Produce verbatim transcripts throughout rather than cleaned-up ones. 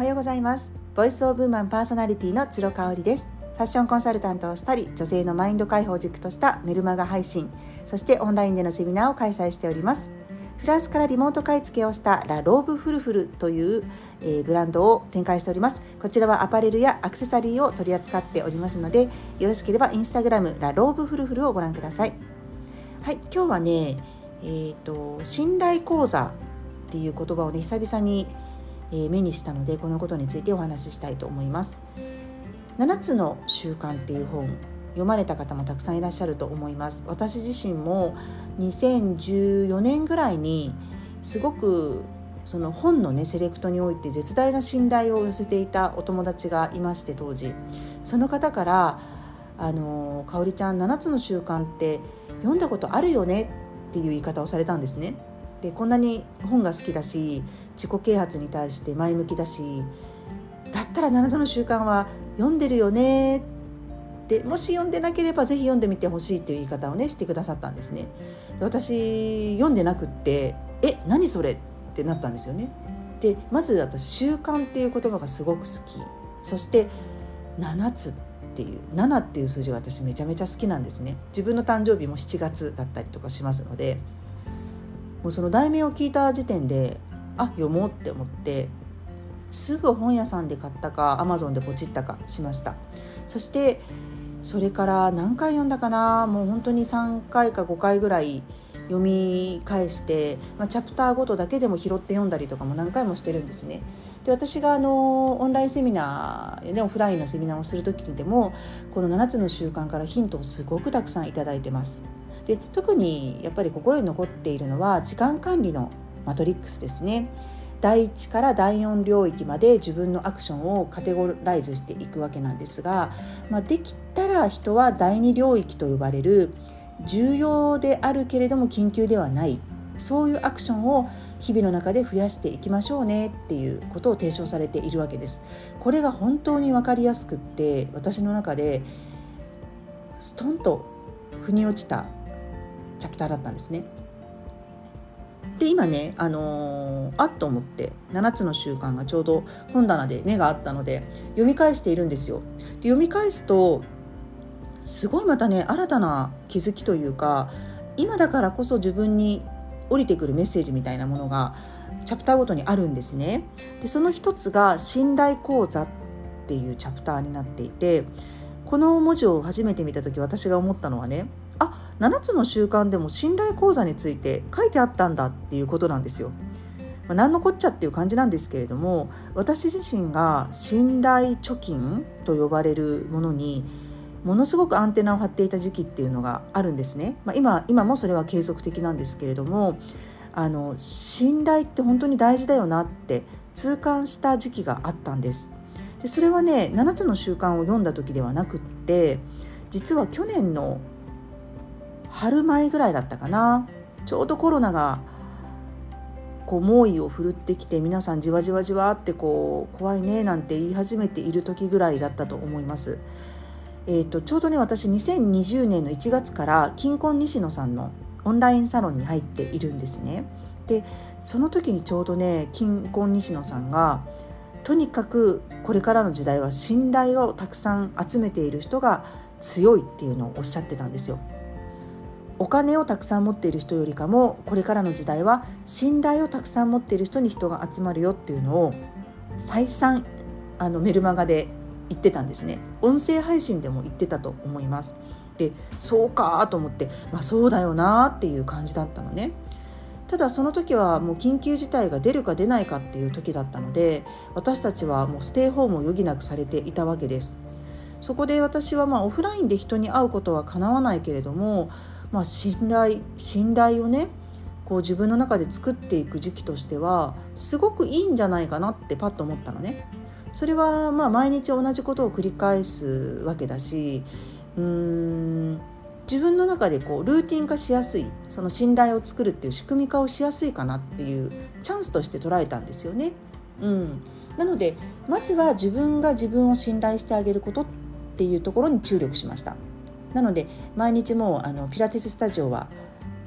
はようございます。ボイスオブウーマンパーソナリティのつろかおりです。ファッションコンサルタントをしたり、女性のマインド解放を軸としたメルマガ配信、そしてオンラインでのセミナーを開催しております。フランスからリモート買い付けをしたラローブフルフルという、えー、ブランドを展開しております。こちらはアパレルやアクセサリーを取り扱っておりますので、よろしければインスタグラムラローブフルフルをご覧ください。はい、今日はね、えーと、信頼講座っていう言葉をね、久々に、えー、目にしたので、このことについてお話ししたいと思います。ななつの習慣っていう本、読まれた方もたくさんいらっしゃると思います。私自身もにせんじゅうよねんぐらいにすごくその本のねセレクトにおいて絶大な信頼を寄せていたお友達がいまして、当時その方からあのかおりちゃんななつの習慣って読んだことあるよねっていう言い方をされたんですね。でこんなに本が好きだし、自己啓発に対して前向きだし、だったらななつの習慣は読んでるよねって、もし読んでなければぜひ読んでみてほしいという言い方をねしてくださったんですね。で私読んでなくってえ何それってなったんですよね。でまず私習慣っていう言葉がすごく好き、そしてななつっていうななっていう数字が私めちゃめちゃ好きなんですね。自分の誕生日もしちがつだったりとかしますので、もうその題名を聞いた時点であ読もうって思って、すぐ本屋さんで買ったか アマゾン でポチったかしました。そしてそれから何回読んだかな、もう本当にさんかいかごかいぐらい読み返して、まあ、チャプターごとだけでも拾って読んだりとかも何回もしてるんですね。で私があのオンラインセミナー、ね、オフラインのセミナーをする時にでもこのななつの習慣からヒントをすごくたくさんいただいてます。で特にやっぱり心に残っているのは時間管理のマトリックスですね。だいいちからだいよん領域まで自分のアクションをカテゴライズしていくわけなんですが、まあ、できたら人はだいに領域と呼ばれる重要であるけれども緊急ではない、そういうアクションを日々の中で増やしていきましょうねっていうことを提唱されているわけです。これが本当に分かりやすくって、私の中でストンと腑に落ちたチャプターだったんですね。で今ね、あのー、あっと思ってななつの習慣がちょうど本棚で目があったので読み返しているんですよ。で読み返すとすごいまたね新たな気づきというか、今だからこそ自分に降りてくるメッセージみたいなものがチャプターごとにあるんですね。でその一つが信頼講座っていうチャプターになっていて、この文字を初めて見た時私が思ったのはね、あななつの習慣でも信頼講座について書いてあったんだっていうことなんですよ。まあ、何のこっちゃっていう感じなんですけれども、私自身が信頼貯金と呼ばれるものにものすごくアンテナを張っていた時期っていうのがあるんですね。まあ、今、今もそれは継続的なんですけれども、あの信頼って本当に大事だよなって痛感した時期があったんです。でそれはねななつの習慣を読んだ時ではなくって、実は去年の春前ぐらいだったかな、ちょうどコロナがこう猛威を振るってきて、皆さんじわじわじわってこう怖いねなんて言い始めている時ぐらいだったと思います。えーと、ちょうどね私にせんにじゅうねんのいちがつから金婚西野さんのオンラインサロンに入っているんですね。でその時にちょうどね金婚西野さんがとにかくこれからの時代は信頼をたくさん集めている人が強いっていうのをおっしゃってたんですよ。お金をたくさん持っている人よりかもこれからの時代は信頼をたくさん持っている人に人が集まるよっていうのを再三あのメルマガで言ってたんですね。音声配信でも言ってたと思います。でそうかと思って、まあ、そうだよなっていう感じだったのね。ただその時はもう緊急事態が出るか出ないかっていう時だったので、私たちはもうステイホームを余儀なくされていたわけです。そこで私はまあオフラインで人に会うことは叶わないけれども、まあ、信頼信頼をねこう自分の中で作っていく時期としてはすごくいいんじゃないかなってパッと思ったのね。それはまあ毎日同じことを繰り返すわけだし、うーん自分の中でこうルーティン化しやすい、その信頼を作るっていう仕組み化をしやすいかなっていうチャンスとして捉えたんですよね。うん、なのでまずは自分が自分を信頼してあげることっていうところに注力しました。なので毎日もうあのピラティススタジオは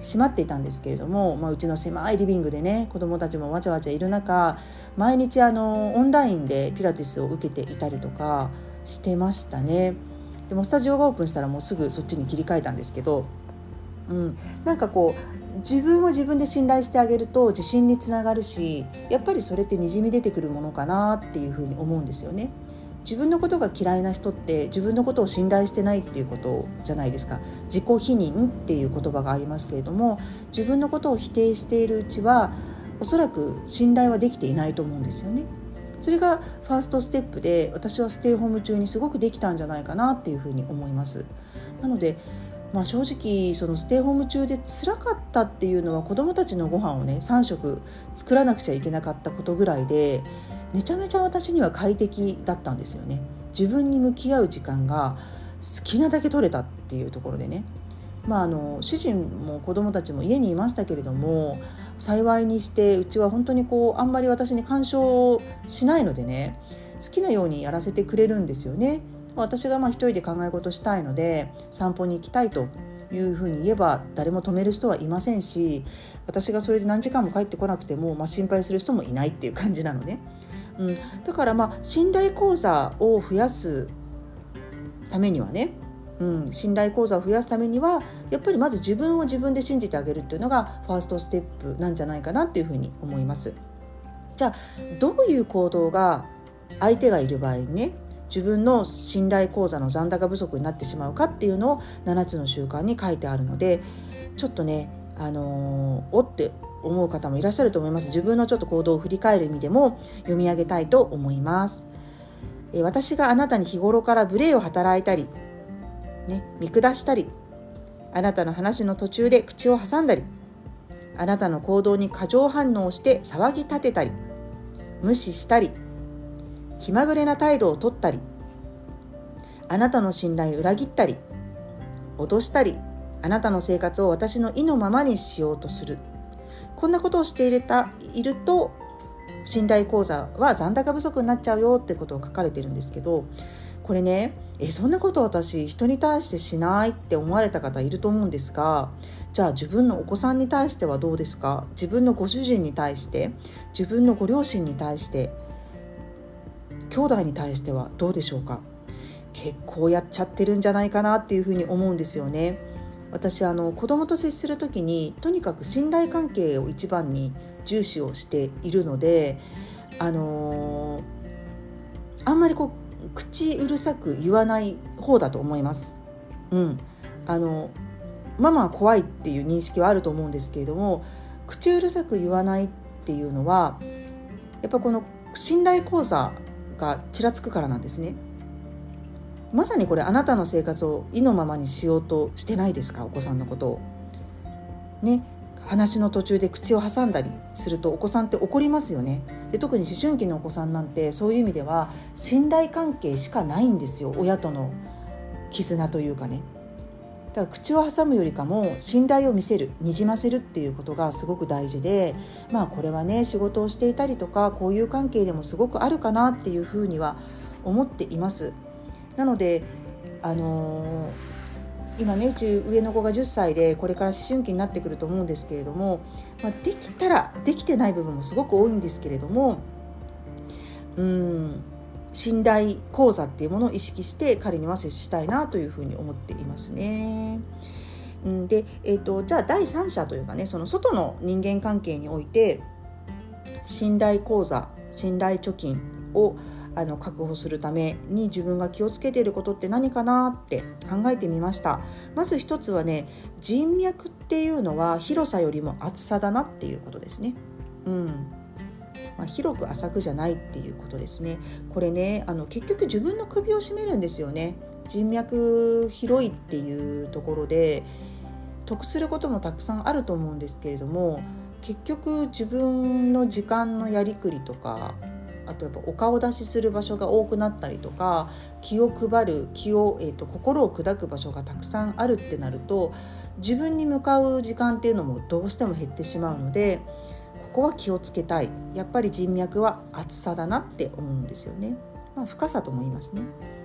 閉まっていたんですけれども、まあ、うちの狭いリビングでね子どもたちもわちゃわちゃいる中、毎日あのオンラインでピラティスを受けていたりとかしてましたね。でもスタジオがオープンしたらもうすぐそっちに切り替えたんですけど、うん、なんかこう自分を自分で信頼してあげると自信につながるし、やっぱりそれってにじみ出てくるものかなっていうふうに思うんですよね。自分のことが嫌いな人って自分のことを信頼してないっていうことじゃないですか。自己否認っていう言葉がありますけれども、自分のことを否定しているうちはおそらく信頼はできていないと思うんですよね。それがファーストステップで、私はステイホーム中にすごくできたんじゃないかなっていうふうに思います。なのでまあ、正直そのステイホーム中で辛かったっていうのは、子どもたちのご飯をねさん食作らなくちゃいけなかったことぐらいで、めちゃめちゃ私には快適だったんですよね。自分に向き合う時間が好きなだけ取れたっていうところでね、まあ、あの主人も子どもたちも家にいましたけれども、幸いにしてうちは本当にこうあんまり私に干渉しないのでね、好きなようにやらせてくれるんですよね。私がまあ一人で考え事したいので散歩に行きたいというふうに言えば誰も止める人はいませんし、私がそれで何時間も帰ってこなくても、まあ、心配する人もいないっていう感じなのね、うん、だからまあ信頼講座を増やすためにはね、うん、信頼講座を増やすためにはやっぱりまず自分を自分で信じてあげるっていうのがファーストステップなんじゃないかなっていうふうに思います。じゃあどういう行動が相手がいる場合にね、自分の信頼講座の残高不足になってしまうかっていうのをななつの習慣に書いてあるので、ちょっとね、あのー、おって思う方もいらっしゃると思います。自分のちょっと行動を振り返る意味でも読み上げたいと思います。え私があなたに日頃から無礼を働いたり、ね、見下したり、あなたの話の途中で口を挟んだり、あなたの行動に過剰反応して騒ぎ立てたり、無視したり、気まぐれな態度をとったり、あなたの信頼を裏切ったり、脅したり、あなたの生活を私の意のままにしようとする。こんなことをしていると信頼講座は残高不足になっちゃうよってことを書かれてるんですけど、これね、えそんなこと私人に対してしないって思われた方いると思うんですが、じゃあ自分のお子さんに対してはどうですか？自分のご主人に対して、自分のご両親に対して、兄弟に対してはどうでしょうか？結構やっちゃってるんじゃないかなっていうふうに思うんですよね。私あの子供と接するときにとにかく信頼関係を一番に重視をしているので、あのー、あんまりこう口うるさく言わない方だと思います。うん、あのママは怖いっていう認識はあると思うんですけれども、口うるさく言わないっていうのはやっぱこの信頼講座がちらつくからなんですね。まさにこれあなたの生活を意のままにしようとしてないですか？お子さんのことをね、話の途中で口を挟んだりするとお子さんって怒りますよね。で特に思春期のお子さんなんてそういう意味では信頼関係しかないんですよ。親との絆というかね。だから口を挟むよりかも信頼を見せる、にじませるっていうことがすごく大事で、まあこれはね仕事をしていたりとかこういう関係でもすごくあるかなっていうふうには思っています。なのであのー、今ねうち上の子がじゅっさいでこれから思春期になってくると思うんですけれども、まあ、できたらできてない部分もすごく多いんですけれども、うーん信頼講座っていうものを意識して彼には接したいなというふうに思っていますね。で、えーと、じゃあ第三者というかね、その外の人間関係において信頼講座、信頼貯金をあの確保するために自分が気をつけていることって何かなって考えてみました。まず一つはね、人脈っていうのは広さよりも厚さだなっていうことですね。うんまあ、広く浅くじゃないっていうことですね。これね、あの結局自分の首を絞めるんですよね。人脈広いっていうところで得することもたくさんあると思うんですけれども、結局自分の時間のやりくりとか、あとやっぱお顔出しする場所が多くなったりとか、気を配る気を、えーと、心を砕く場所がたくさんあるってなると、自分に向かう時間っていうのもどうしても減ってしまうので、ここは気をつけたい。やっぱり人脈は厚さだなって思うんですよね。まあ、深さとも言いますね。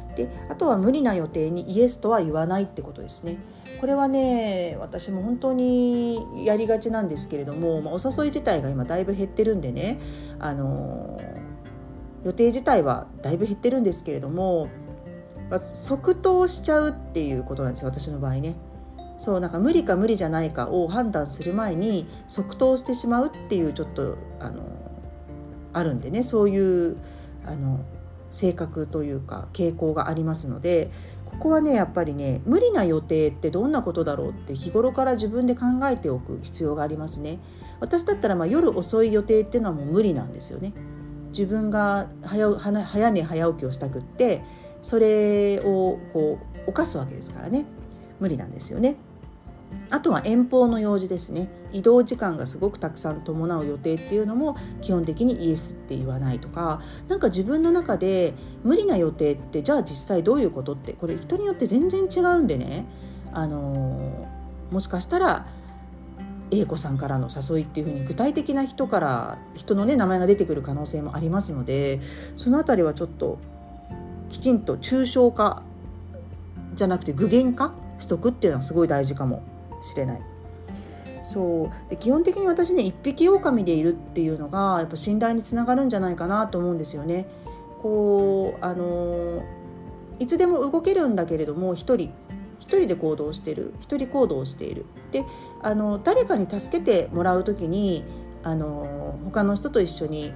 であとは無理な予定にイエスとは言わないってことですね。これはね、私も本当にやりがちなんですけれども、まあ、お誘い自体が今だいぶ減ってるんでね、あのー、予定自体はだいぶ減ってるんですけれども、まあ、即答しちゃうっていうことなんですよ、私の場合ね。そうなんか無理か無理じゃないかを判断する前に即答してしまうっていうちょっとあのあるんでね、そういうあの性格というか傾向がありますので、ここはねやっぱりね、無理な予定ってどんなことだろうって日頃から自分で考えておく必要がありますね。私だったらまあ夜遅い予定っていうのはもう無理なんですよね。自分が 早, 早寝早起きをしたくってそれをこう犯すわけですからね、無理なんですよね。あとは遠方の用事ですね。移動時間がすごくたくさん伴う予定っていうのも基本的にイエスって言わないとか、なんか自分の中で無理な予定ってじゃあ実際どういうことって、これ人によって全然違うんでね、あのー、もしかしたら A 子さんからの誘いっていうふうに具体的な人から人のね名前が出てくる可能性もありますので、そのあたりはちょっときちんと抽象化じゃなくて具現化しとくっていうのはすごい大事かもしれない。そうで基本的に私ね、一匹狼でいるっていうのがやっぱ信頼につながるんじゃないかなと思うんですよね。こうあのいつでも動けるんだけれども一人一人で行動している一人行動している。であの誰かに助けてもらうときにあの他の人と一緒に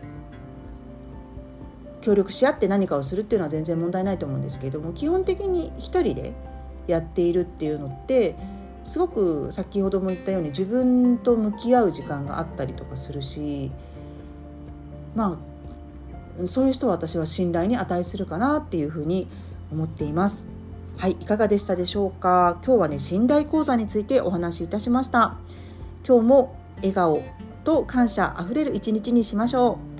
協力し合って何かをするっていうのは全然問題ないと思うんですけれども、基本的に一人でやっているっていうのってすごく先ほども言ったように自分と向き合う時間があったりとかするし、まあそういう人は私は信頼に値するかなっていうふうに思っています。はい、いかがでしたでしょうか。今日はね、信頼講座についてお話しいたしました。今日も笑顔と感謝あふれる一日にしましょう。